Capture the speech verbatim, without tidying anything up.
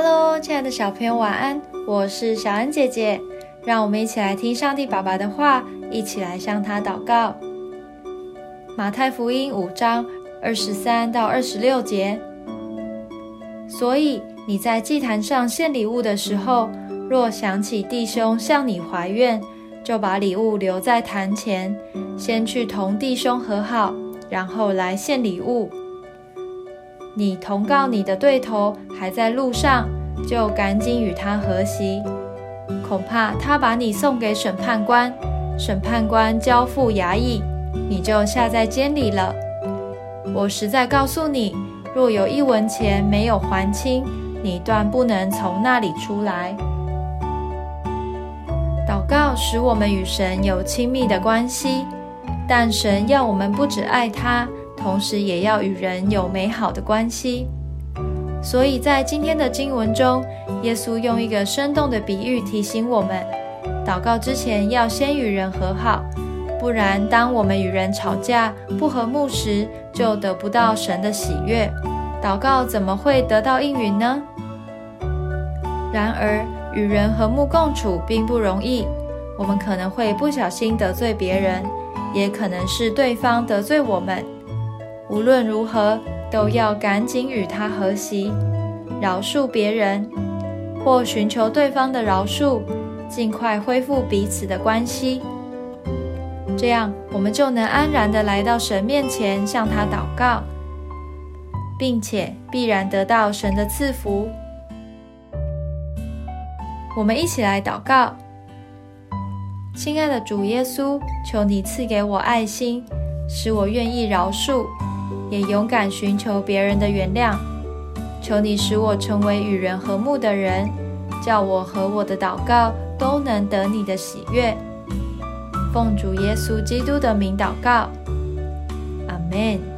Hello， 亲爱的小朋友晚安，我是小恩姐姐，让我们一起来听上帝爸爸的话，一起来向他祷告。马太福音五章二十三到二十六节，所以你在祭坛上献礼物的时候，若想起弟兄向你怀怨，就把礼物留在坛前，先去同弟兄和好，然后来献礼物。你同告你的对头还在路上，就赶紧与他和稀，恐怕他把你送给审判官，审判官交付衙役，你就下在监里了。我实在告诉你，若有一文钱没有还清，你断不能从那里出来。祷告使我们与神有亲密的关系，但神要我们不只爱他，同时也要与人有美好的关系。所以在今天的经文中，耶稣用一个生动的比喻提醒我们，祷告之前要先与人和好，不然当我们与人吵架不和睦时，就得不到神的喜悦，祷告怎么会得到应允呢？然而与人和睦共处并不容易，我们可能会不小心得罪别人，也可能是对方得罪我们。无论如何，都要赶紧与他和稀，饶恕别人，或寻求对方的饶恕，尽快恢复彼此的关系。这样，我们就能安然地来到神面前，向他祷告，并且必然得到神的赐福。我们一起来祷告。亲爱的主耶稣，求你赐给我爱心，使我愿意饶恕，也勇敢寻求别人的原谅。求你使我成为与人和睦的人，叫我和我的祷告都能得你的喜悦。奉主耶稣基督的名祷告，阿们。